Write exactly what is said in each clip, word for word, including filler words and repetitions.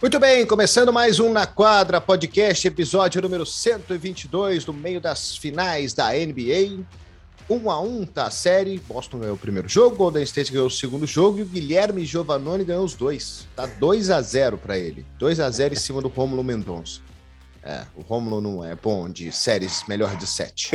Muito bem, começando mais um Na Quadra Podcast, episódio número cento e vinte e dois, no meio das finais da N B A. Um a um tá a série, Boston ganhou o primeiro jogo, Golden State ganhou o segundo jogo e o Guilherme Giovannone ganhou os dois. Tá dois a zero para ele, dois a zero em cima do Rômulo Mendonça. É, o Rômulo não é bom de séries melhor de sete.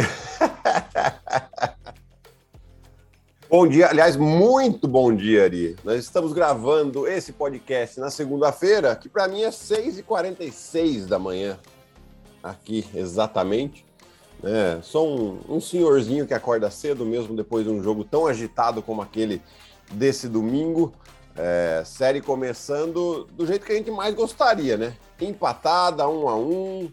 Bom dia, aliás, muito bom dia, Ari. Nós estamos gravando esse podcast na segunda-feira, que para mim é seis e quarenta e seis da manhã, aqui exatamente. É, sou um, um senhorzinho que acorda cedo mesmo depois de um jogo tão agitado como aquele desse domingo. É, série começando do jeito que a gente mais gostaria, né? Empatada, um a um.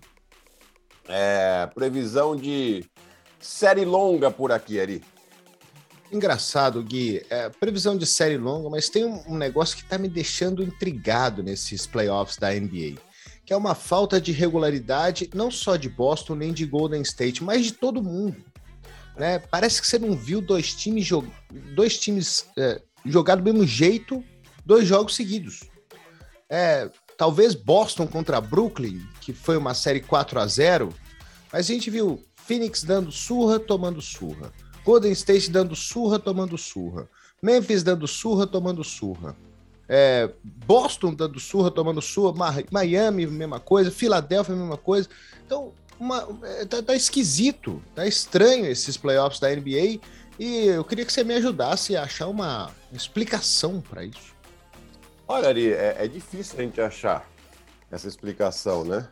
É, previsão de série longa por aqui, Ari. Engraçado, Gui, é, previsão de série longa, mas tem um, um negócio que está me deixando intrigado nesses playoffs da N B A, que é uma falta de regularidade, não só de Boston, nem de Golden State, mas de todo mundo. Né? Parece que você não viu dois times, jog... dois times é, jogar do mesmo jeito, dois jogos seguidos. É, talvez Boston contra Brooklyn, que foi uma série quatro a zero, mas a gente viu Phoenix dando surra, tomando surra. Golden State dando surra, tomando surra. Memphis dando surra, tomando surra. É, Boston dando surra, tomando surra. Miami, mesma coisa. Filadélfia, mesma coisa. Então, uma, tá, tá esquisito, tá estranho esses playoffs da N B A. E eu queria que você me ajudasse a achar uma explicação para isso. Olha, Ari, é, é difícil a gente achar essa explicação, né?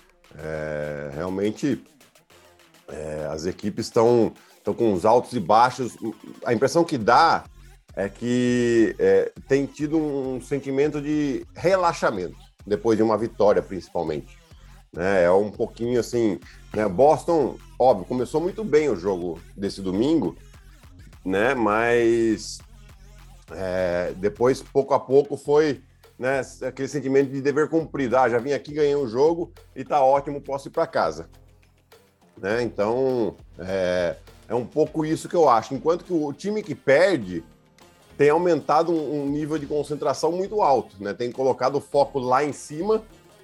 É, realmente, é, as equipes estão... Estão com os altos e baixos. A impressão que dá é que é, tem tido um sentimento de relaxamento, depois de uma vitória, principalmente. Né? É um pouquinho assim... Né? Boston, óbvio, começou muito bem o jogo desse domingo, né? Mas é, depois, pouco a pouco, foi né, aquele sentimento de dever cumprido. Ah, já vim aqui, ganhei um jogo e tá ótimo, posso ir para casa. Né? Então... É, É um pouco isso que eu acho. Enquanto que o time que perde tem aumentado um, um nível de concentração muito alto, né? Tem colocado o foco lá em cima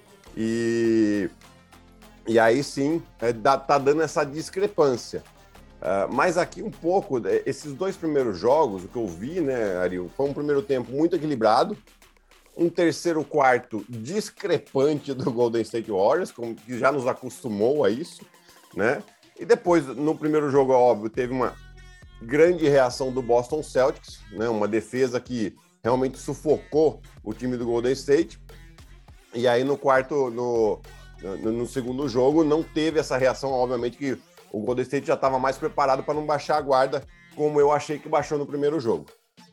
e, e aí sim é, dá, tá dando essa discrepância. Uh, mas aqui um pouco, esses dois primeiros jogos, o que eu vi, né, Ari, foi um primeiro tempo muito equilibrado, um terceiro quarto discrepante do Golden State Warriors, como, que já nos acostumou a isso, né? E depois, no primeiro jogo, óbvio, teve uma grande reação do Boston Celtics, né? Uma defesa que realmente sufocou o time do Golden State. E aí, no quarto, no, no, no segundo jogo, não teve essa reação. Obviamente que o Golden State já estava mais preparado para não baixar a guarda, como eu achei que baixou no primeiro jogo.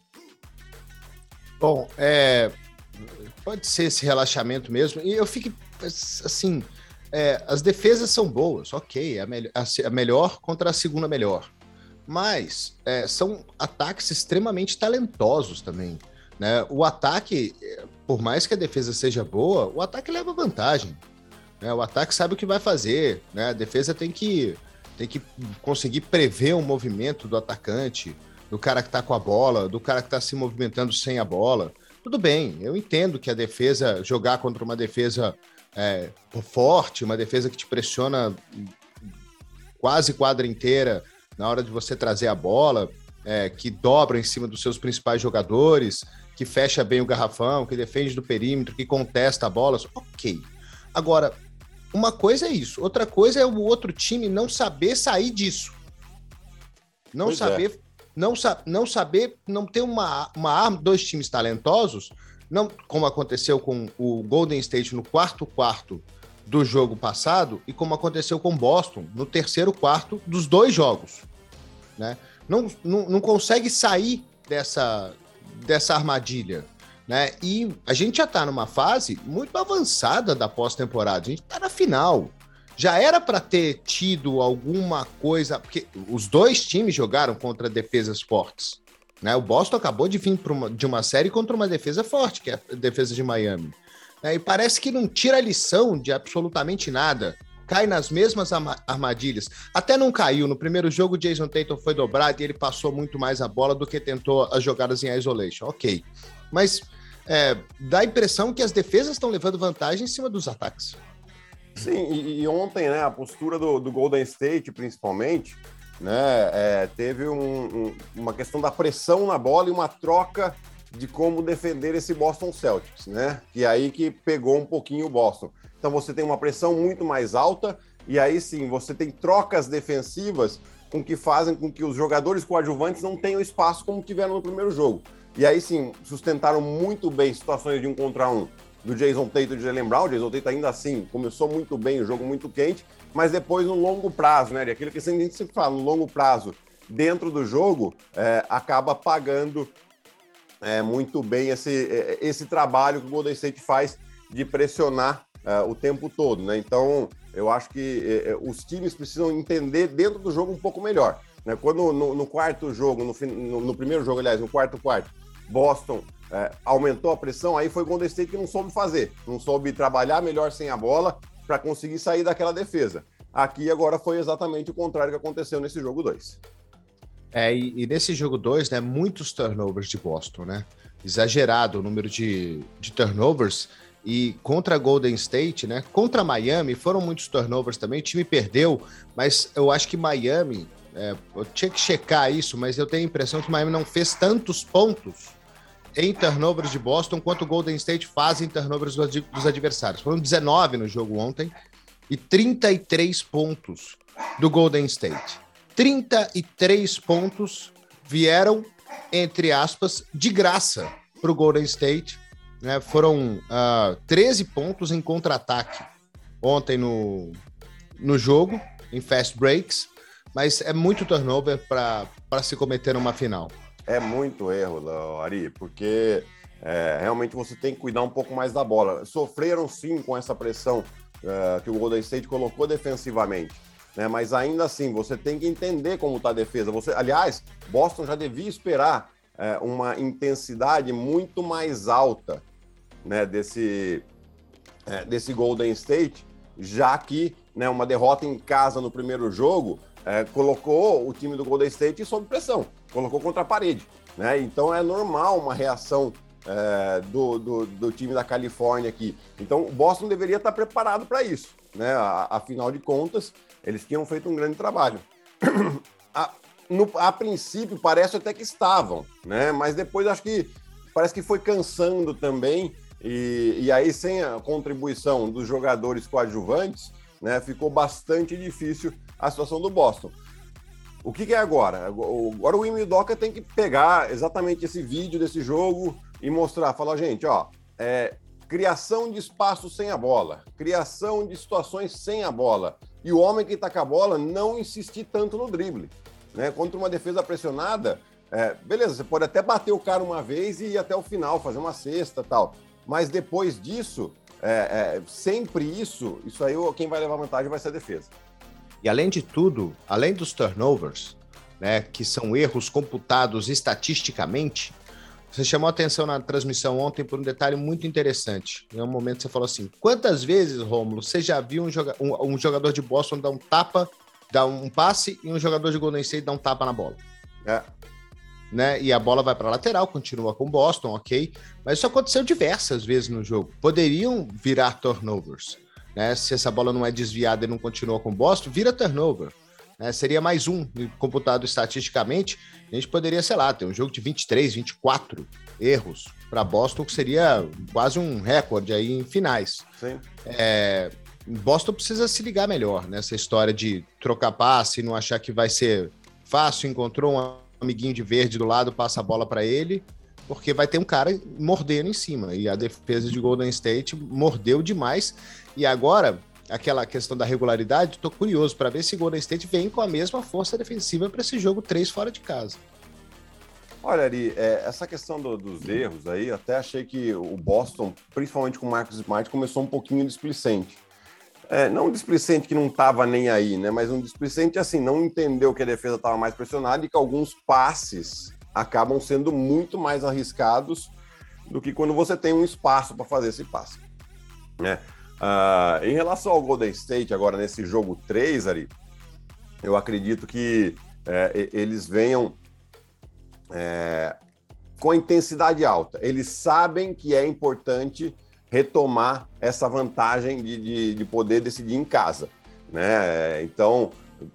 Bom, é, pode ser esse relaxamento mesmo. E eu fico, assim... É, as defesas são boas, ok, a, me- a, a melhor contra a segunda melhor, mas é, são ataques extremamente talentosos também, né? O ataque, por mais que a defesa seja boa, o ataque leva vantagem, né? O ataque sabe o que vai fazer, né? A defesa tem que, tem que conseguir prever o movimento do atacante, do cara que tá com a bola, do cara que tá se movimentando sem a bola. Tudo bem, eu entendo que a defesa, jogar contra uma defesa É, forte, uma defesa que te pressiona quase quadra inteira na hora de você trazer a bola, é, que dobra em cima dos seus principais jogadores, que fecha bem o garrafão, que defende do perímetro, que contesta a bola, ok. Agora, uma coisa é isso, outra coisa é o outro time não saber sair disso. Não Pois saber, é. não, sa- não saber, não ter uma, uma arma, dois times talentosos, não, como aconteceu com o Golden State no quarto quarto do jogo passado e como aconteceu com Boston no terceiro quarto dos dois jogos, né? Não, não, não consegue sair dessa, dessa armadilha, né? E a gente já está numa fase muito avançada da pós-temporada, a gente está na final. Já era para ter tido alguma coisa, porque os dois times jogaram contra defesas fortes. Né? O Boston acabou de vir uma, de uma série contra uma defesa forte, que é a defesa de Miami. Né? E parece que não tira lição de absolutamente nada. Cai nas mesmas armadilhas. Até não caiu. No primeiro jogo, o Jason Tatum foi dobrado e ele passou muito mais a bola do que tentou as jogadas em isolation. Ok. Mas é, dá a impressão que as defesas estão levando vantagem em cima dos ataques. Sim, e, e ontem, né, a postura do, do Golden State, principalmente, né, é, teve um, um, uma questão da pressão na bola e uma troca de como defender esse Boston Celtics, né? E aí que pegou um pouquinho o Boston. Então você tem uma pressão muito mais alta e aí sim, você tem trocas defensivas com que fazem com que os jogadores coadjuvantes não tenham espaço como tiveram no primeiro jogo. E aí sim, sustentaram muito bem situações de um contra um do Jason Tatum e de Jaylen Brown. O Jason Tatum ainda assim começou muito bem, o jogo muito quente, mas depois no longo prazo, né? E aquilo que a gente sempre fala, no longo prazo, dentro do jogo, é, acaba pagando é, muito bem esse, esse trabalho que o Golden State faz de pressionar é, o tempo todo, né? Então, eu acho que é, os times precisam entender dentro do jogo um pouco melhor, né? Quando no, no quarto jogo, no, no, no primeiro jogo, aliás, no quarto quarto, Boston é, aumentou a pressão, aí foi o Golden State que não soube fazer, não soube trabalhar melhor sem a bola para conseguir sair daquela defesa. Aqui agora foi exatamente o contrário que aconteceu nesse jogo dois. É, e, e nesse jogo dois, né, muitos turnovers de Boston, né? Exagerado o número de, de turnovers. E contra Golden State, né? Contra Miami, foram muitos turnovers também. O time perdeu, mas eu acho que Miami, é, eu tinha que checar isso, mas eu tenho a impressão que Miami não fez tantos pontos em turnovers de Boston quanto o Golden State faz em turnovers dos adversários. Foram dezenove no jogo ontem e trinta e três pontos do Golden State. trinta e três pontos vieram, entre aspas, de graça para o Golden State, né? Foram uh, treze pontos em contra-ataque ontem no, no jogo, em fast breaks, mas é muito turnover para se cometer numa final. É muito erro, Ari, porque é, realmente você tem que cuidar um pouco mais da bola. Sofreram sim com essa pressão uh, que o Golden State colocou defensivamente. Né, mas ainda assim, você tem que entender como está a defesa. Você, aliás, Boston já devia esperar é, uma intensidade muito mais alta, né, desse, é, desse Golden State, já que, né, uma derrota em casa no primeiro jogo é, colocou o time do Golden State sob pressão, colocou contra a parede. Né, então é normal uma reação é, do, do, do time da Califórnia aqui. Então o Boston deveria estar preparado para isso. Né, afinal de contas, eles tinham feito um grande trabalho. a, no, a princípio, parece até que estavam, né? Mas depois acho que parece que foi cansando também, e, e aí, sem a contribuição dos jogadores coadjuvantes, né, ficou bastante difícil a situação do Boston. O que, que é agora? Agora o Ime Udoka tem que pegar exatamente esse vídeo desse jogo e mostrar, falar, gente, ó, é, criação de espaço sem a bola, criação de situações sem a bola. E o homem que está com a bola não insistir tanto no drible. Né? Contra uma defesa pressionada, é, beleza, você pode até bater o cara uma vez e ir até o final, fazer uma cesta e tal. Mas depois disso, é, é, sempre isso, isso aí quem vai levar vantagem vai ser a defesa. E além de tudo, além dos turnovers, né, que são erros computados estatisticamente, você chamou a atenção na transmissão ontem por um detalhe muito interessante. Em um momento você falou assim, quantas vezes, Rômulo, você já viu um, joga um, um jogador de Boston dar um tapa, dar um passe e um jogador de Golden State dar um tapa na bola? É. Né? E a bola vai para a lateral, continua com Boston, ok? Mas isso aconteceu diversas vezes no jogo. Poderiam virar turnovers. Né? Se essa bola não é desviada e não continua com Boston, vira turnover. Né, seria mais um computado estatisticamente. A gente poderia, sei lá, ter um jogo de vinte e três, vinte e quatro erros para Boston, que seria quase um recorde aí em finais. Sim. É, Boston precisa se ligar melhor nessa história de trocar passe, não achar que vai ser fácil, encontrou um amiguinho de verde do lado, passa a bola para ele, porque vai ter um cara mordendo em cima. E a defesa de Golden State mordeu demais. E agora, aquela questão da regularidade, estou curioso para ver se Golden State vem com a mesma força defensiva para esse jogo três fora de casa. Olha, Ari, é, essa questão do, dos erros aí, até achei que o Boston, principalmente com o Marcus Smart, começou um pouquinho displicente. É, não um displicente que não estava nem aí, né? Mas um displicente assim, não entendeu que a defesa estava mais pressionada e que alguns passes acabam sendo muito mais arriscados do que quando você tem um espaço para fazer esse passe. Né? Uh, em relação ao Golden State, agora nesse jogo três, Ari, eu acredito que é, eles venham é, com a intensidade alta. Eles sabem que é importante retomar essa vantagem de, de, de poder decidir em casa, né? Então,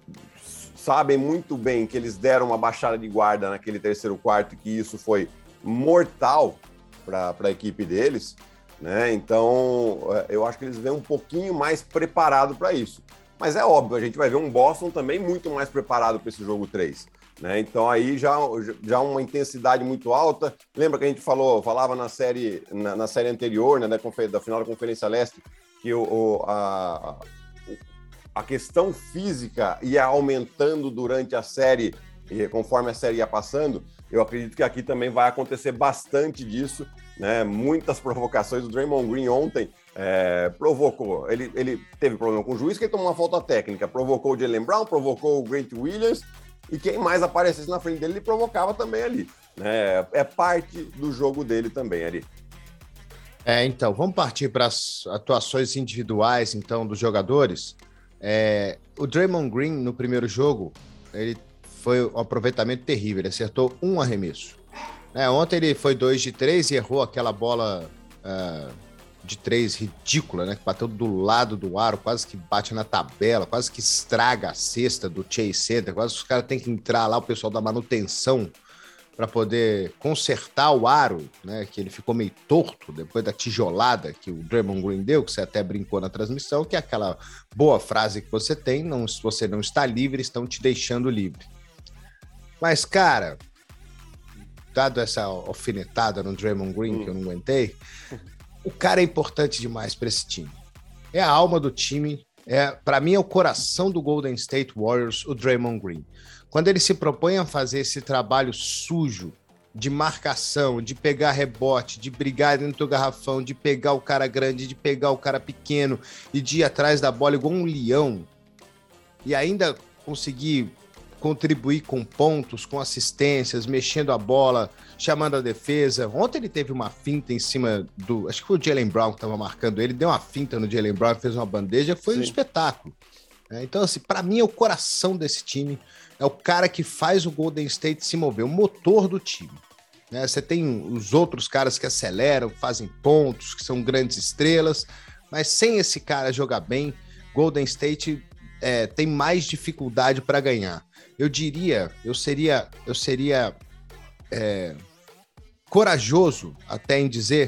sabem muito bem que eles deram uma baixada de guarda naquele terceiro quarto, que isso foi mortal para a equipe deles, né? Então, eu acho que eles vêm um pouquinho mais preparado para isso. Mas é óbvio, a gente vai ver um Boston também muito mais preparado para esse jogo três. Né? Então aí já, já uma intensidade muito alta. Lembra que a gente falou, falava na série, na, na série anterior, né, da, da final da Conferência Leste, que o, o, a, a questão física ia aumentando durante a série, e conforme a série ia passando. Eu acredito que aqui também vai acontecer bastante disso, né? Muitas provocações. O Draymond Green ontem é, provocou, ele, ele teve problema com o juiz, que ele tomou uma falta técnica, provocou o Jaylen Brown, provocou o Grant Williams, e quem mais aparecesse na frente dele, ele provocava também ali. Né? É parte do jogo dele também ali. É, então, vamos partir para as atuações individuais, então, dos jogadores. É, o Draymond Green, no primeiro jogo, ele foi um aproveitamento terrível, ele acertou um arremesso. É, ontem ele foi dois de três e errou aquela bola uh, de três ridícula, né? Que bateu do lado do aro, quase que bate na tabela, quase que estraga a cesta do Chase Center, quase que os caras têm que entrar lá, o pessoal da manutenção, para poder consertar o aro, né? Que ele ficou meio torto depois da tijolada que o Draymond Green deu, que você até brincou na transmissão, que é aquela boa frase que você tem, não, se você não está livre, estão te deixando livre. Mas, cara, dado essa alfinetada no Draymond Green, hum. que eu não aguentei, o cara é importante demais para esse time. É a alma do time, é, para mim é o coração do Golden State Warriors, o Draymond Green. Quando ele se propõe a fazer esse trabalho sujo de marcação, de pegar rebote, de brigar dentro do garrafão, de pegar o cara grande, de pegar o cara pequeno e de ir atrás da bola igual um leão, e ainda conseguir contribuir com pontos, com assistências, mexendo a bola, chamando a defesa. Ontem ele teve uma finta em cima do... Acho que foi o Jaylen Brown que estava marcando ele, deu uma finta no Jaylen Brown, fez uma bandeja, foi Sim. um espetáculo. É, então, assim, para mim é o coração desse time, é o cara que faz o Golden State se mover, o motor do time. Né? Você tem os outros caras que aceleram, fazem pontos, que são grandes estrelas, mas sem esse cara jogar bem, Golden State é, tem mais dificuldade para ganhar. Eu diria, eu seria, eu seria é, corajoso até em dizer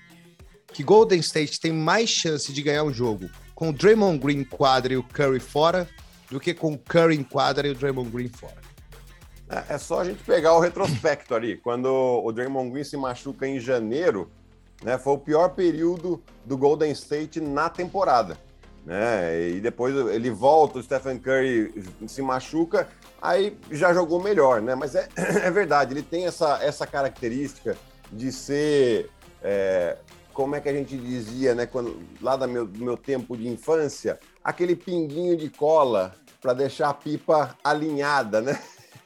que Golden State tem mais chance de ganhar um jogo com o Draymond Green em quadra e o Curry fora do que com o Curry em quadra e o Draymond Green fora. É, é só a gente pegar o retrospecto ali. Quando o Draymond Green se machuca em janeiro, né, foi o pior período do Golden State na temporada. Né? E depois ele volta, o Stephen Curry se machuca, aí já jogou melhor, né? Mas é, é verdade, ele tem essa, essa característica de ser, é, como é que a gente dizia, né? Quando, lá do meu, do meu tempo de infância, aquele pinguinho de cola para deixar a pipa alinhada, né?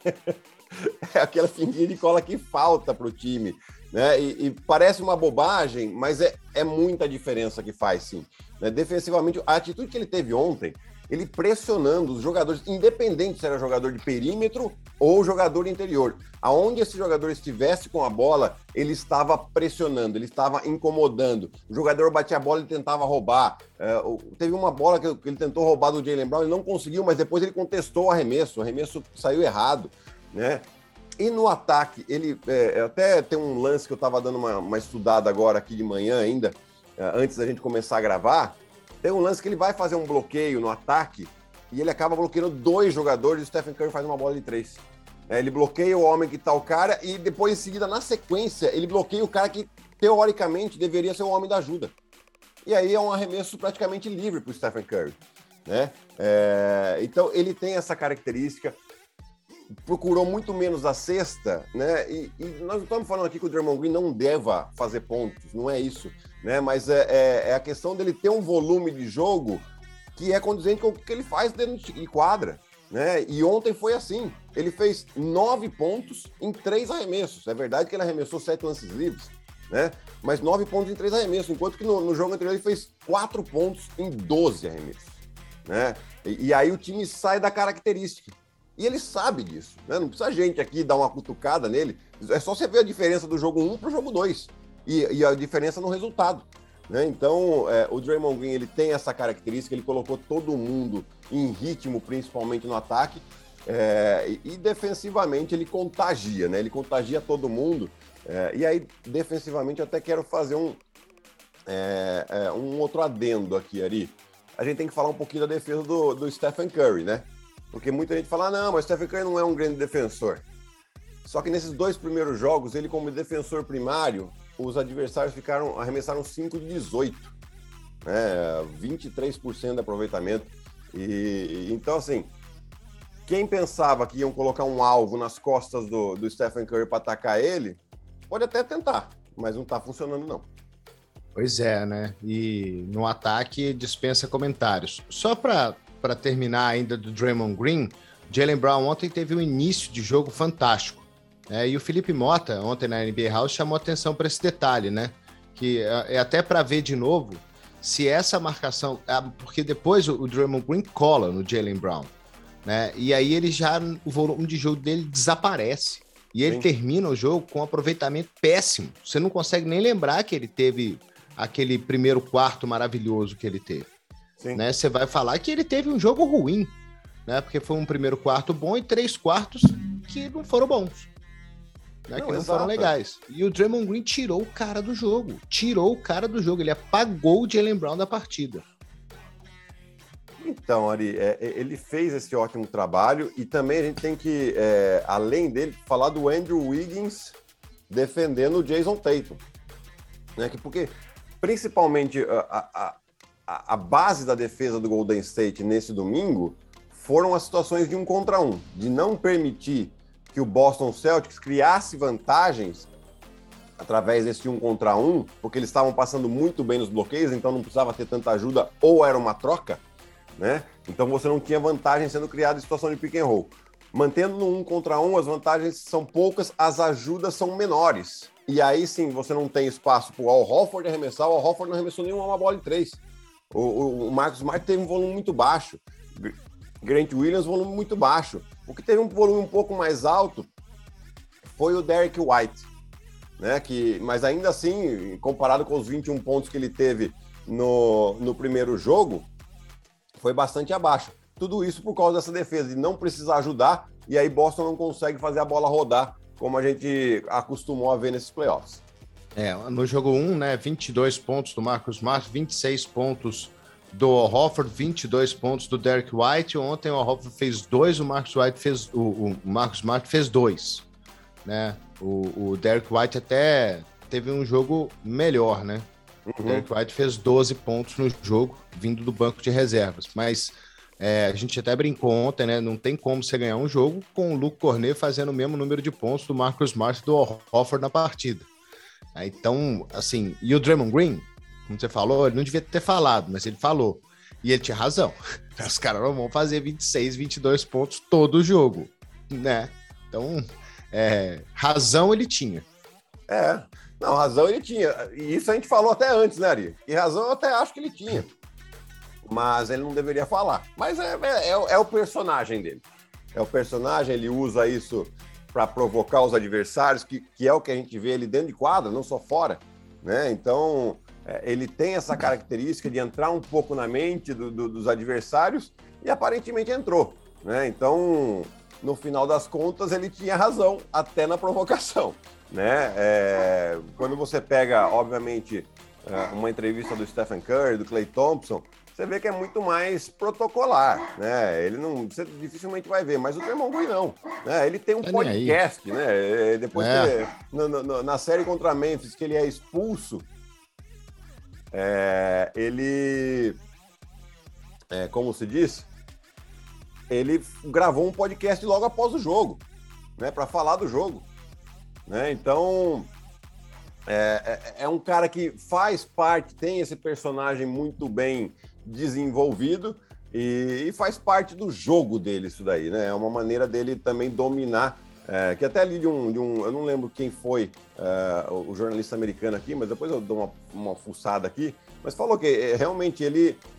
É aquela pinguinha de cola que falta para o time, né? E, e parece uma bobagem, mas é, é muita diferença que faz, sim. Né? Defensivamente, a atitude que ele teve ontem, ele pressionando os jogadores, independente se era jogador de perímetro ou jogador interior. Aonde esse jogador estivesse com a bola, ele estava pressionando, ele estava incomodando. O jogador batia a bola e tentava roubar. É, teve uma bola que ele tentou roubar do Jaylen Brown, ele não conseguiu, mas depois ele contestou o arremesso, o arremesso saiu errado, né? E no ataque, ele é, até tem um lance que eu estava dando uma, uma estudada agora aqui de manhã ainda, antes da gente começar a gravar. Tem um lance que ele vai fazer um bloqueio no ataque e ele acaba bloqueando dois jogadores e o Stephen Curry faz uma bola de três. É, ele bloqueia o homem que tá o cara e depois, em seguida, na sequência, ele bloqueia o cara que, teoricamente, deveria ser o homem da ajuda. E aí é um arremesso praticamente livre pro Stephen Curry. Né? É, então, ele tem essa característica, procurou muito menos a cesta, né? E, e nós não estamos falando aqui que o Draymond Green não deva fazer pontos, não é isso, né? Mas é, é, é a questão dele ter um volume de jogo que é condizente com o que ele faz dentro de quadra, né? E ontem foi assim, ele fez nove pontos em três arremessos. É verdade que ele arremessou sete lances livres, né? Mas nove pontos em três arremessos, enquanto que no, no jogo anterior ele fez quatro pontos em doze arremessos, né? E, e aí o time sai da característica. E ele sabe disso, né? Não precisa a gente aqui dar uma cutucada nele. É só você ver a diferença do jogo um para o jogo dois. E, e a diferença no resultado. Né? Então, é, o Draymond Green ele tem essa característica, ele colocou todo mundo em ritmo, principalmente no ataque, é, e, e defensivamente ele contagia, né? Ele contagia todo mundo. É, e aí, defensivamente, eu até quero fazer um, é, é, um outro adendo aqui, Ari. A gente tem que falar um pouquinho da defesa do, do Stephen Curry, né? Porque muita gente fala, ah, não, mas o Stephen Curry não é um grande defensor. Só que nesses dois primeiros jogos, ele como defensor primário, os adversários ficaram, arremessaram cinco de dezoito, né? vinte e três por cento de aproveitamento. E, então, assim, quem pensava que iam colocar um alvo nas costas do, do Stephen Curry para atacar ele, pode até tentar, mas não está funcionando, não. Pois é, né? E no ataque dispensa comentários. Só para terminar ainda do Draymond Green, Jaylen Brown ontem teve um início de jogo fantástico. É, e o Felipe Mota, ontem na N B A House, chamou atenção para esse detalhe, né? Que é, é até para ver de novo se essa marcação... É, porque depois o, o Draymond Green cola no Jaylen Brown, né? E aí ele já... O volume de jogo dele desaparece. E ele Sim. termina o jogo com um aproveitamento péssimo. Você não consegue nem lembrar que ele teve aquele primeiro quarto maravilhoso que ele teve. Né? Você vai falar que ele teve um jogo ruim, né? Porque foi um primeiro quarto bom e três quartos que não foram bons. Né, não, que não exato. foram legais. E o Draymond Green tirou o cara do jogo. Tirou o cara do jogo. Ele apagou o Jaylen Brown da partida. Então, Ari, é, ele fez esse ótimo trabalho e também a gente tem que, é, além dele, falar do Andrew Wiggins defendendo o Jason Tatum. Né? Que porque, principalmente, a, a, a base da defesa do Golden State nesse domingo foram as situações de um contra um, de não permitir que o Boston Celtics criasse vantagens através desse um contra um, porque eles estavam passando muito bem nos bloqueios, então não precisava ter tanta ajuda, ou era uma troca, né? Então você não tinha vantagem sendo criada em situação de pick and roll. Mantendo no um contra um, as vantagens são poucas, as ajudas são menores. E aí sim, você não tem espaço para o Al Horford arremessar, o Al Horford não arremessou nenhuma bola de três. O, o, o Marcus Smart teve um volume muito baixo. Grant Williams, volume muito baixo. O que teve um volume um pouco mais alto foi o Derrick White, né? Que, mas ainda assim, comparado com os vinte e um pontos que ele teve no, no primeiro jogo, foi bastante abaixo. Tudo isso por causa dessa defesa, de não precisar ajudar, e aí Boston não consegue fazer a bola rodar, como a gente acostumou a ver nesses playoffs. É, no jogo um, né, vinte e dois pontos do Marcus Smart, vinte e seis pontos do Al Horford, vinte e dois pontos do Derrick White. Ontem o Al Horford fez dois, o Marcus White fez, o, o Marcus Smart fez dois, né? O, o Derrick White até teve um jogo melhor, né? Uhum. O Derrick White fez doze pontos no jogo, vindo do banco de reservas. Mas é, a gente até brincou ontem, né? Não tem como você ganhar um jogo com o Luke Cornet fazendo o mesmo número de pontos do Marcus Smart e do Al Horford na partida. Então, assim, e o Draymond Green, como você falou, ele não devia ter falado, mas ele falou. E ele tinha razão. Os caras não vão fazer vinte e seis, vinte e dois pontos todo o jogo, né? Então, é, razão ele tinha. É, não, razão ele tinha. E isso a gente falou até antes, né, Ari? E razão eu até acho que ele tinha. Mas ele não deveria falar. Mas é, é, é o personagem dele. É o personagem, ele usa isso para provocar os adversários, que, que é o que a gente vê ele dentro de quadra, não só fora, né? Então... ele tem essa característica de entrar um pouco na mente do, do, dos adversários e aparentemente entrou, né? Então, no final das contas, ele tinha razão até na provocação, né? É, quando você pega, obviamente, uma entrevista do Stephen Curry, do Klay Thompson, você vê que é muito mais protocolar, né? Ele não, você dificilmente vai ver, mas o Draymond Green não, né? Ele tem um tá podcast, né? Depois é. que, no, no, na série contra Memphis que ele é expulso, É, ele, é, como se diz, ele gravou um podcast logo após o jogo, né, para falar do jogo, né? Então é, é, é um cara que faz parte, tem esse personagem muito bem desenvolvido e, e faz parte do jogo dele isso daí, né? É uma maneira dele também dominar. É, que até ali de um, de um, eu não lembro quem foi uh, o, o jornalista americano aqui, mas depois eu dou uma, uma fuçada aqui, mas falou que é, realmente ele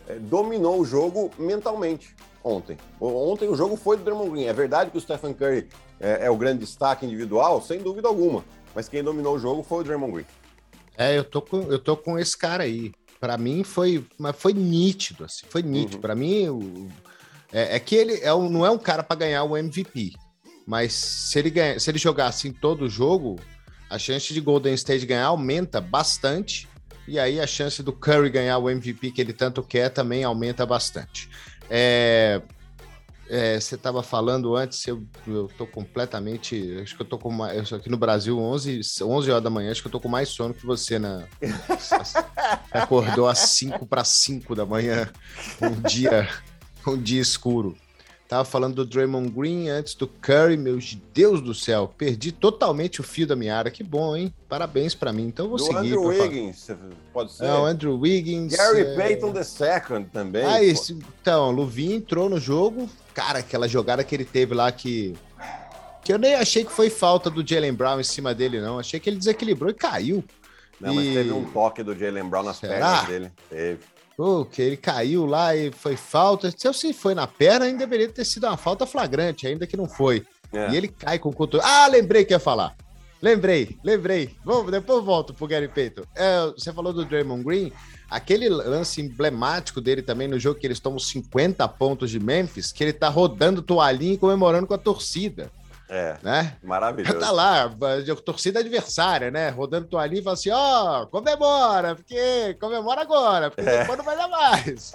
é, dominou o jogo mentalmente ontem. Ontem o jogo foi do Draymond Green. É verdade que o Stephen Curry é, é o grande destaque individual, sem dúvida alguma. Mas quem dominou o jogo foi o Draymond Green. É, eu tô com, eu tô com esse cara aí. Para mim foi, mas foi nítido, assim, foi nítido. Uhum. Para mim, o, é, é que ele é um, não é um cara para ganhar o M V P, mas se ele ganha, se ele jogar assim todo o jogo, a chance de Golden State ganhar aumenta bastante, e aí a chance do Curry ganhar o M V P que ele tanto quer também aumenta bastante. É, É, você estava falando antes, eu, eu tô completamente, acho que eu tô com mais, eu sou aqui no Brasil onze, onze horas da manhã, acho que eu tô com mais sono que você, né? Acordou às cinco para cinco da manhã, um dia, um dia escuro. Tava falando do Draymond Green antes do Curry, meu Deus do céu, perdi totalmente o fio da meada, que bom, hein? Parabéns para mim, então eu vou do seguir. Andrew Wiggins, falar. Pode ser? Não, Andrew Wiggins. Gary é... Payton the second também. Ah, esse, então, Luvin entrou no jogo, cara, aquela jogada que ele teve lá que... que eu nem achei que foi falta do Jaylen Brown em cima dele, não. Achei que ele desequilibrou e caiu. Não, e... mas teve um toque do Jaylen Brown nas Será? pernas dele. Teve. Pô, que ele caiu lá e foi falta. Se eu se foi na perna, ainda deveria ter sido uma falta flagrante, ainda que não foi. É. E ele cai com o cotovelo. Ah, lembrei que ia falar. Lembrei, lembrei. Vamos, depois eu volto pro Gary Payton. É, você falou do Draymond Green, aquele lance emblemático dele também no jogo que eles tomam cinquenta pontos de Memphis, que ele tá rodando toalhinha e comemorando com a torcida. É, né? Maravilhoso. Tá lá, a torcida adversária, né? Rodando toalhinha e fala assim, ó, oh, comemora, porque comemora agora, porque é. depois não vai dar mais.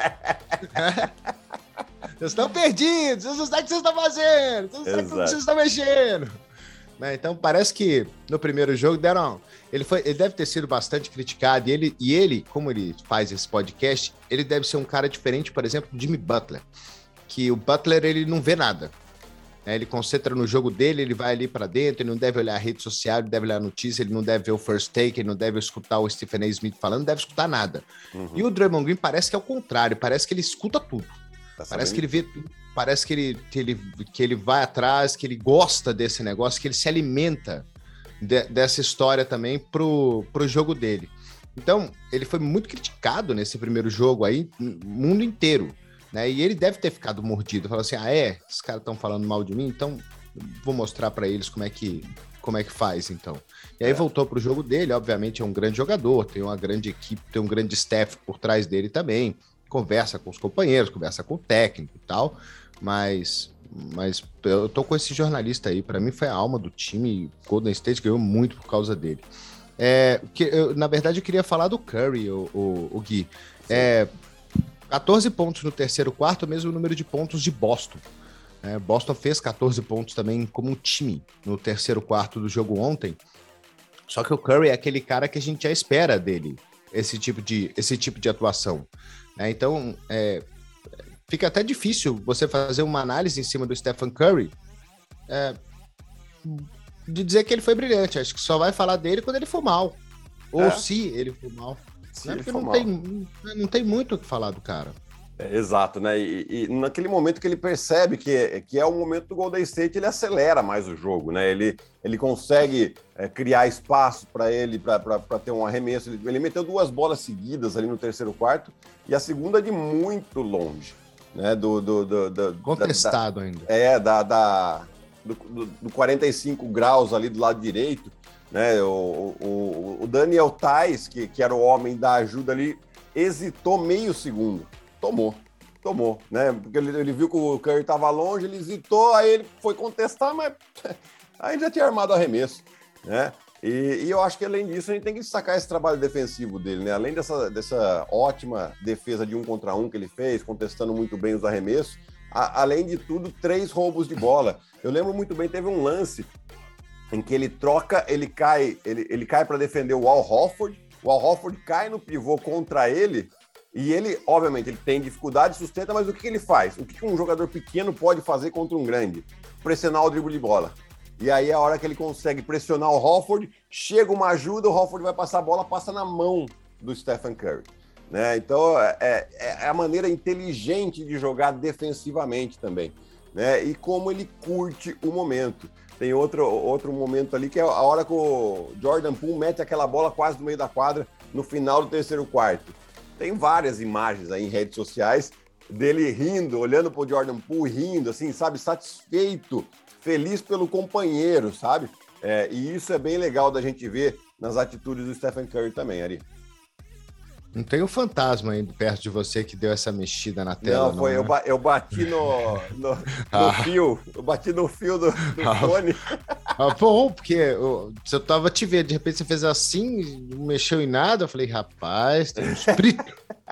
Vocês estão perdidos, vocês não sabem o que vocês estão fazendo, vocês não sabem como vocês estão mexendo. Né? Então parece que no primeiro jogo deram... Ele, foi, ele deve ter sido bastante criticado, e ele, e ele, como ele faz esse podcast, ele deve ser um cara diferente, por exemplo, do Jimmy Butler, que o Butler, ele não vê nada. Ele concentra no jogo dele, ele vai ali para dentro, ele não deve olhar a rede social, ele deve olhar a notícia, ele não deve ver o first take, ele não deve escutar o Stephen A. Smith falando, não deve escutar nada. Uhum. E o Draymond Green parece que é o contrário, parece que ele escuta tudo. Tá parece que ele vê tudo, parece que ele, que, ele, que ele vai atrás, que ele gosta desse negócio, que ele se alimenta de, dessa história também pro, pro jogo dele. Então, ele foi muito criticado nesse primeiro jogo aí, no mundo inteiro. Né? E ele deve ter ficado mordido, falou assim, ah é, esses caras estão falando mal de mim, então vou mostrar para eles como é que como é que faz, então. E aí é. voltou pro jogo dele, obviamente é um grande jogador, tem uma grande equipe, tem um grande staff por trás dele também, conversa com os companheiros, conversa com o técnico e tal, mas, mas eu tô com esse jornalista aí, para mim foi a alma do time, o Golden State ganhou muito por causa dele. É, que eu, na verdade eu queria falar do Curry, o, o, o Gui, é... quatorze pontos no terceiro quarto, o mesmo número de pontos de Boston. É, Boston fez quatorze pontos também como um time no terceiro quarto do jogo ontem. Só que o Curry é aquele cara que a gente já espera dele, esse tipo de, esse tipo de atuação. É, então, é, fica até difícil você fazer uma análise em cima do Stephen Curry é, de dizer que ele foi brilhante. Acho que só vai falar dele quando ele for mal. Ou é. se ele for mal. Né? Porque não tem, não tem muito o que falar do cara. É, exato, né? E, e naquele momento que ele percebe que é, que é o momento do Golden State, ele acelera mais o jogo, né? Ele, ele consegue é, criar espaço para ele, para ter um arremesso. Ele, ele meteu duas bolas seguidas ali no terceiro quarto e a segunda de muito longe, né? Do, do, do, do Contestado da, da, ainda. É, da, da, do, do, do quarenta e cinco graus ali do lado direito. Né, o, o, o Daniel Theis, que, que era o homem da ajuda ali, hesitou meio segundo. Tomou, tomou, né? Porque ele, ele viu que o Curry estava longe, ele hesitou, aí ele foi contestar, mas aí já tinha armado o arremesso, né? E, e eu acho que além disso a gente tem que destacar esse trabalho defensivo dele, né? Além dessa, dessa ótima defesa de um contra um que ele fez, contestando muito bem os arremessos, a, além de tudo, três roubos de bola. Eu lembro muito bem, teve um lance em que ele troca, ele cai, ele, ele cai para defender o Al Horford, o Al Horford cai no pivô contra ele, e ele, obviamente, ele tem dificuldade, sustenta, mas o que, que ele faz? O que, que um jogador pequeno pode fazer contra um grande? Pressionar o drible de bola. E aí é a hora que ele consegue pressionar o Horford, chega uma ajuda, o Horford vai passar a bola, passa na mão do Stephen Curry. Né? Então, é, é a maneira inteligente de jogar defensivamente também. Né? E como ele curte o momento. Tem outro, outro momento ali que é a hora que o Jordan Poole mete aquela bola quase no meio da quadra no final do terceiro quarto. tem várias imagens aí em redes sociais dele rindo, olhando pro Jordan Poole, rindo, assim, sabe, satisfeito, feliz pelo companheiro, sabe? É, e isso é bem legal da gente ver nas atitudes do Stephen Curry também, Ari. Não tem um fantasma aí perto de você que deu essa mexida na tela, não? Foi, não, eu, né? ba eu bati no, no, no ah. fio, eu bati no fio do, do ah. fone. Ah, bom, porque eu, eu tava te vendo, de repente você fez assim, não mexeu em nada, eu falei, rapaz, tem um espírito.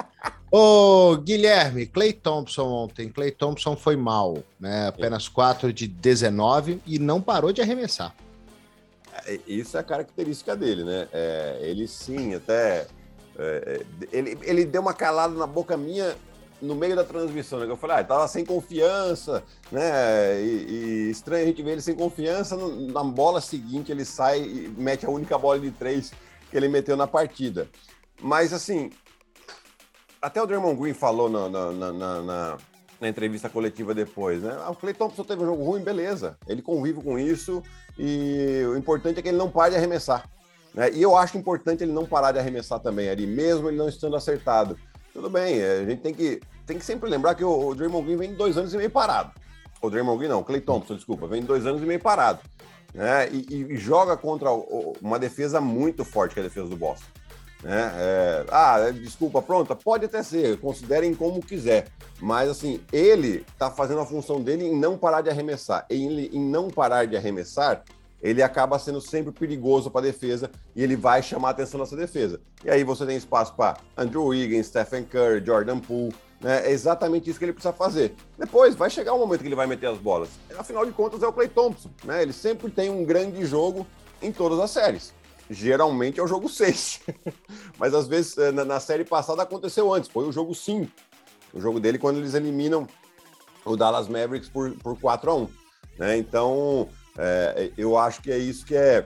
Ô, Guilherme, Klay Thompson ontem, Klay Thompson foi mal, né? Apenas quatro de dezenove e não parou de arremessar. Isso é a característica dele, né? É, ele sim, até... É, ele, ele deu uma calada na boca minha no meio da transmissão, né? Eu falei, ah, ele tava sem confiança, né? E, e estranho a gente ver ele sem confiança. No, na bola seguinte, ele sai e mete a única bola de três que ele meteu na partida. Mas, assim, até o Draymond Green falou na, na, na, na, na entrevista coletiva depois, né? Ah, o Klay Thompson teve um jogo ruim, beleza. Ele convive com isso e o importante é que ele não pare de arremessar. Né? E eu acho importante ele não parar de arremessar também, Ari, mesmo ele não estando acertado. Tudo bem, a gente tem que, tem que sempre lembrar que o, o Draymond Green vem de dois anos e meio parado. O Draymond Green não, o Klay Thompson, desculpa, vem de dois anos e meio parado. Né? E, e joga contra o, uma defesa muito forte, que é a defesa do Boston. Né? É, ah, desculpa, pronta? Pode até ser, considerem como quiser. Mas, assim, ele tá fazendo a função dele em não parar de arremessar. Ele, em não parar de arremessar, ele acaba sendo sempre perigoso para a defesa e ele vai chamar a atenção dessa defesa. E aí você tem espaço para Andrew Wiggins, Stephen Curry, Jordan Poole, né? É exatamente isso que ele precisa fazer. Depois vai chegar um momento que ele vai meter as bolas. Afinal de contas é o Klay Thompson, né? Ele sempre tem um grande jogo em todas as séries. Geralmente é o jogo seis. Mas às vezes na, na série passada aconteceu antes, foi o jogo cinco. O jogo dele quando eles eliminam o Dallas Mavericks por, por quatro a um. Né? Então... É, eu acho que é isso que é,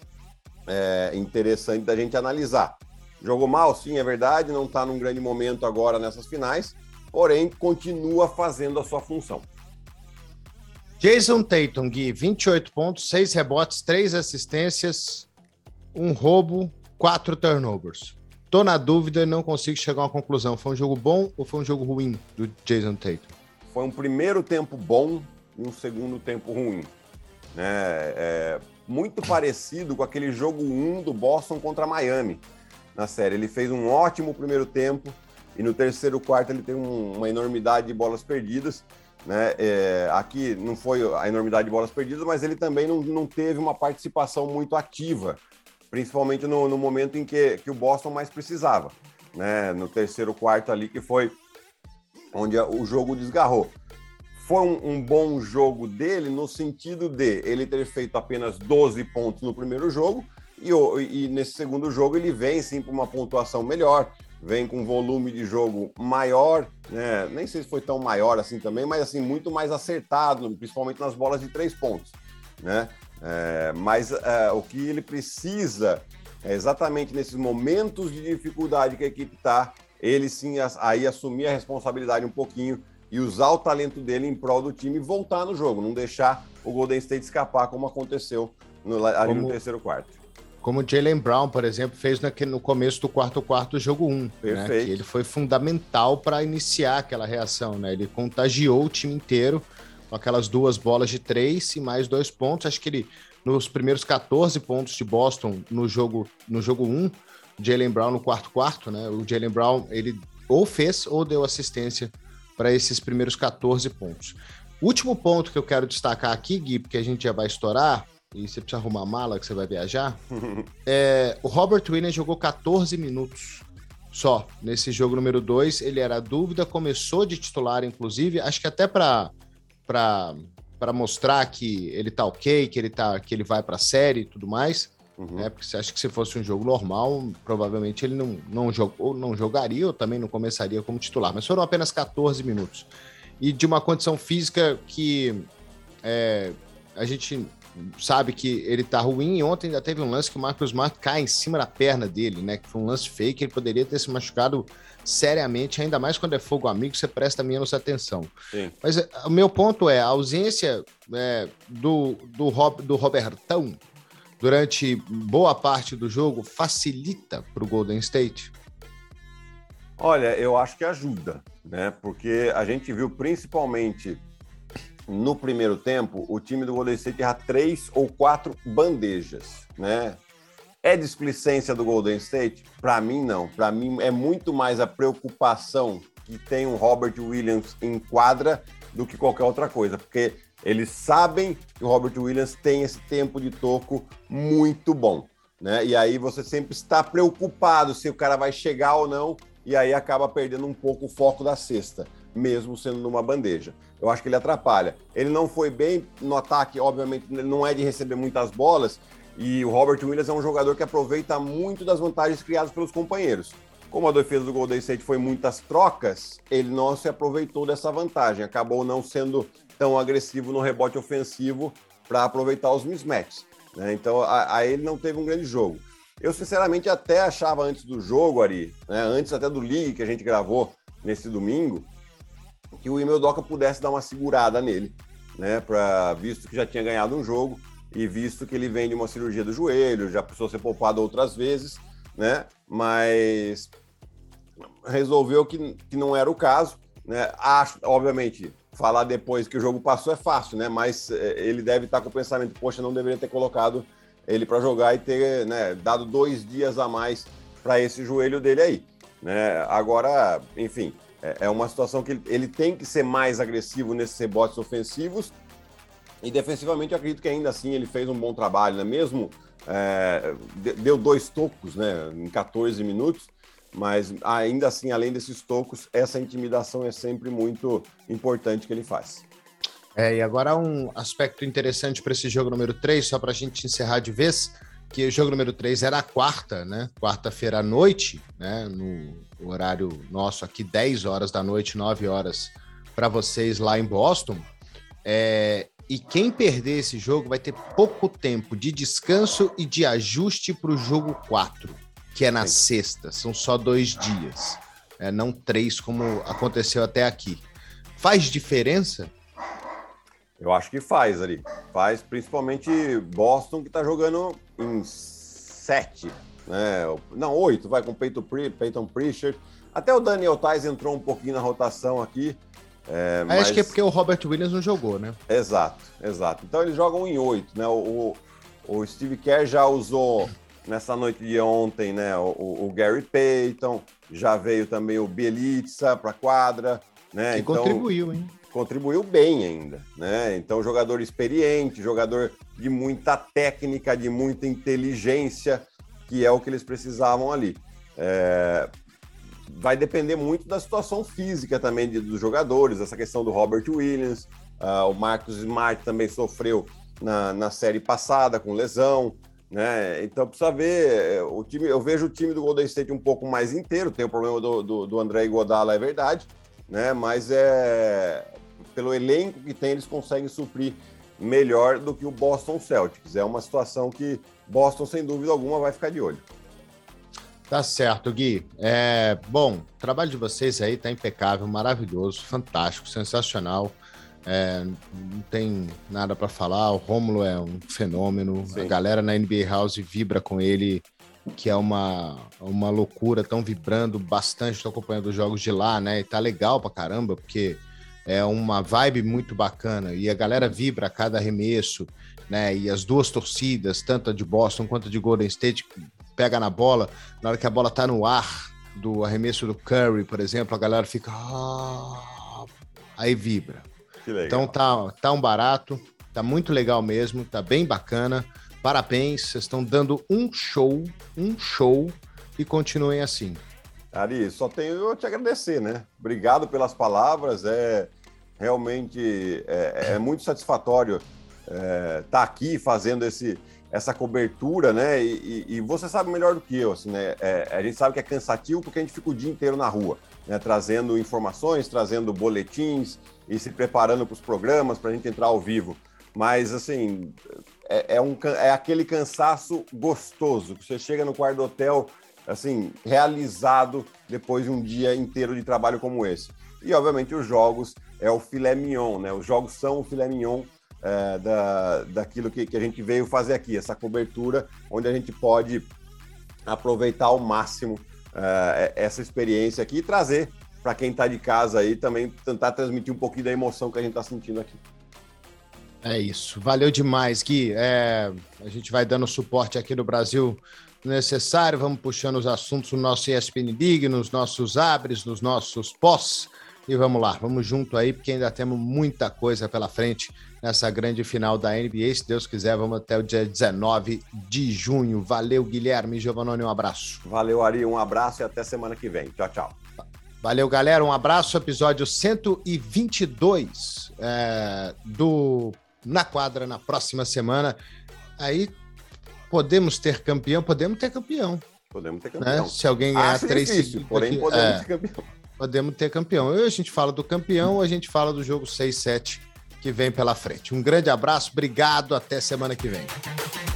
é interessante da gente analisar. Jogou mal, sim, é verdade, não está num grande momento agora nessas finais, porém continua fazendo a sua função. Jason Tatum, Gui, vinte e oito pontos, seis rebotes, três assistências, um roubo, quatro turnovers. Tô na dúvida e não consigo chegar a uma conclusão. Foi um jogo bom ou foi um jogo ruim do Jason Tatum? Foi um primeiro tempo bom e um segundo tempo ruim. Né, é muito parecido com aquele jogo um do Boston contra Miami na série. Ele fez um ótimo primeiro tempo e no terceiro quarto ele tem um, uma enormidade de bolas perdidas. Né? É, aqui não foi a enormidade de bolas perdidas, mas ele também não, não teve uma participação muito ativa, principalmente no, no momento em que, que o Boston mais precisava. Né? No terceiro quarto ali, que foi onde o jogo desgarrou. Foi um, um bom jogo dele no sentido de ele ter feito apenas doze pontos no primeiro jogo e, e nesse segundo jogo ele vem sim para uma pontuação melhor, vem com um volume de jogo maior, né? Nem sei se foi tão maior assim também, mas assim muito mais acertado, principalmente nas bolas de três pontos. Né? É, mas é, o que ele precisa é exatamente nesses momentos de dificuldade que a equipe está, ele sim aí assumir a responsabilidade um pouquinho e usar o talento dele em prol do time e voltar no jogo, não deixar o Golden State escapar como aconteceu no, ali como, no terceiro quarto. Como o Jaylen Brown, por exemplo, fez naquele, no começo do quarto quarto do jogo um. Perfeito. Né? Que ele foi fundamental para iniciar aquela reação. Né? Ele contagiou o time inteiro com aquelas duas bolas de três e mais dois pontos. Acho que ele, nos primeiros quatorze pontos de Boston no jogo no jogo um, Jaylen Brown no quarto quarto, né? O Jaylen Brown, ele ou fez ou deu assistência para esses primeiros quatorze pontos. Último ponto que eu quero destacar aqui, Gui, porque a gente já vai estourar, e você precisa arrumar a mala que você vai viajar, é, o Robert Williams jogou quatorze minutos só nesse jogo número dois, ele era dúvida, começou de titular, inclusive, acho que até para para mostrar que ele tá ok, que ele, tá, que ele vai para a série e tudo mais, uhum. Né, porque você acha que se fosse um jogo normal, provavelmente ele não, não, jogou, não jogaria ou também não começaria como titular, mas foram apenas quatorze minutos. E de uma condição física que é, a gente sabe que ele tá ruim, e ontem ainda teve um lance que o Marcus Smart cai em cima da perna dele, né, que foi um lance fake, ele poderia ter se machucado seriamente, ainda mais quando é fogo amigo, você presta menos atenção. Sim. Mas é, o meu ponto é, a ausência é, do, do, Rob, do Robertão durante boa parte do jogo facilita para o Golden State? Olha, eu acho que ajuda, né? Porque a gente viu principalmente no primeiro tempo o time do Golden State errar três ou quatro bandejas, né? É displicência do Golden State? Para mim, não. Para mim, é muito mais a preocupação que tem um Robert Williams em quadra do que qualquer outra coisa, porque eles sabem que o Robert Williams tem esse tempo de toco muito bom, né? E aí você sempre está preocupado se o cara vai chegar ou não, e aí acaba perdendo um pouco o foco da cesta, mesmo sendo numa bandeja. Eu acho que ele atrapalha. Ele não foi bem no ataque, obviamente, ele não é de receber muitas bolas, e o Robert Williams é um jogador que aproveita muito das vantagens criadas pelos companheiros. Como a defesa do Golden State foi muitas trocas, ele não se aproveitou dessa vantagem, acabou não sendo tão agressivo no rebote ofensivo para aproveitar os mismatches, né? Então, aí ele não teve um grande jogo. Eu, sinceramente, até achava antes do jogo, Ari, né, antes até do League que a gente gravou nesse domingo, que o Ime Udoka pudesse dar uma segurada nele, né, pra, visto que já tinha ganhado um jogo e visto que ele vem de uma cirurgia do joelho, já precisou ser poupado outras vezes, né, mas resolveu que, que não era o caso, né? Acho, obviamente, falar depois que o jogo passou é fácil, né, mas é, ele deve estar com o pensamento, poxa, não deveria ter colocado ele para jogar e ter, né, dado dois dias a mais para esse joelho dele aí, né? Agora, enfim, é, é uma situação que ele, ele tem que ser mais agressivo nesses rebotes ofensivos e defensivamente eu acredito que ainda assim ele fez um bom trabalho, né? Mesmo é, deu dois tocos, né, em quatorze minutos, mas ainda assim, além desses tocos, essa intimidação é sempre muito importante que ele faz. É, e agora um aspecto interessante para esse jogo número três, só para a gente encerrar de vez, que o jogo número três era a quarta, né? Quarta-feira à noite, né? No horário nosso aqui, dez horas da noite, nove horas para vocês lá em Boston. É, e quem perder esse jogo vai ter pouco tempo de descanso e de ajuste para o jogo quatro, que é na Sim. sexta. São só dois dias, é, não três como aconteceu até aqui. Faz diferença? Eu acho que faz, ali. Faz, principalmente Boston, que tá jogando em sete, né? Não, oito, vai com Peyton, Peyton Pritchard. Até o Daniel Theis entrou um pouquinho na rotação aqui. É, mas... Acho que é porque o Robert Williams não jogou, né? Exato, exato. Então eles jogam em oito, né? O, o Steve Kerr já usou nessa noite de ontem, né? O, o Gary Payton, já veio também o Bjelica para a quadra, né? Que então... contribuiu, hein? Contribuiu bem ainda, né? Então, jogador experiente, jogador de muita técnica, de muita inteligência, que é o que eles precisavam ali. É... Vai depender muito da situação física também de, dos jogadores, essa questão do Robert Williams, uh, o Marcus Smart também sofreu na, na série passada com lesão, né? Então, precisa ver, o time, eu vejo o time do Golden State um pouco mais inteiro, tem o problema do, do, do André Iguodala, é verdade, né? Mas é... pelo elenco que tem, eles conseguem suprir melhor do que o Boston Celtics. É uma situação que Boston, sem dúvida alguma, vai ficar de olho. Tá certo, Gui. É, bom, o trabalho de vocês aí tá impecável, maravilhoso, fantástico, sensacional. É, não tem nada para falar, o Rômulo é um fenômeno, Sim. A galera na N B A House vibra com ele, que é uma, uma loucura, estão vibrando bastante, estão acompanhando os jogos de lá, né? E tá legal pra caramba, porque é uma vibe muito bacana e a galera vibra a cada arremesso, né? E as duas torcidas, tanto a de Boston quanto a de Golden State, pega na bola, na hora que a bola tá no ar do arremesso do Curry, por exemplo, a galera fica... Ah", aí vibra. Então tá, tá um barato, tá muito legal mesmo, tá bem bacana. Parabéns, vocês estão dando um show, um show e continuem assim. Ari, só tenho eu te agradecer, né? Obrigado pelas palavras, é realmente é, é muito satisfatório estar é, tá aqui fazendo esse, essa cobertura, né? E, e, e você sabe melhor do que eu, assim, né? É, a gente sabe que é cansativo porque a gente fica o dia inteiro na rua, né? Trazendo informações, trazendo boletins e se preparando para os programas para a gente entrar ao vivo. Mas, assim, é, é, um, é aquele cansaço gostoso, que você chega no quarto do hotel, assim, realizado depois de um dia inteiro de trabalho como esse. E, obviamente, os jogos é o filé mignon, né? Os jogos são o filé mignon é, da, daquilo que, que a gente veio fazer aqui, essa cobertura, onde a gente pode aproveitar ao máximo uh, essa experiência aqui e trazer para quem está de casa aí também, tentar transmitir um pouquinho da emoção que a gente está sentindo aqui. É isso, valeu demais, Gui. É, a gente vai dando suporte aqui no Brasil necessário, vamos puxando os assuntos no nosso E S P N League, nos nossos abres, nos nossos pós, e vamos lá, vamos junto aí, porque ainda temos muita coisa pela frente nessa grande final da N B A. Se Deus quiser, vamos até o dia dezenove de junho. Valeu, Guilherme Giovannone, um abraço. Valeu, Ari, um abraço e até semana que vem. Tchau, tchau. Valeu, galera, um abraço, episódio cento e vinte e dois é, do Na Quadra na próxima semana. Aí podemos ter campeão, podemos ter campeão. Podemos ter campeão. Né? Se alguém ganhar Acho três difícil, seguidos porém aqui, podemos é, ter campeão. Podemos ter campeão. Ou a gente fala do campeão, ou a gente fala do jogo seis sete que vem pela frente. Um grande abraço, obrigado, até semana que vem.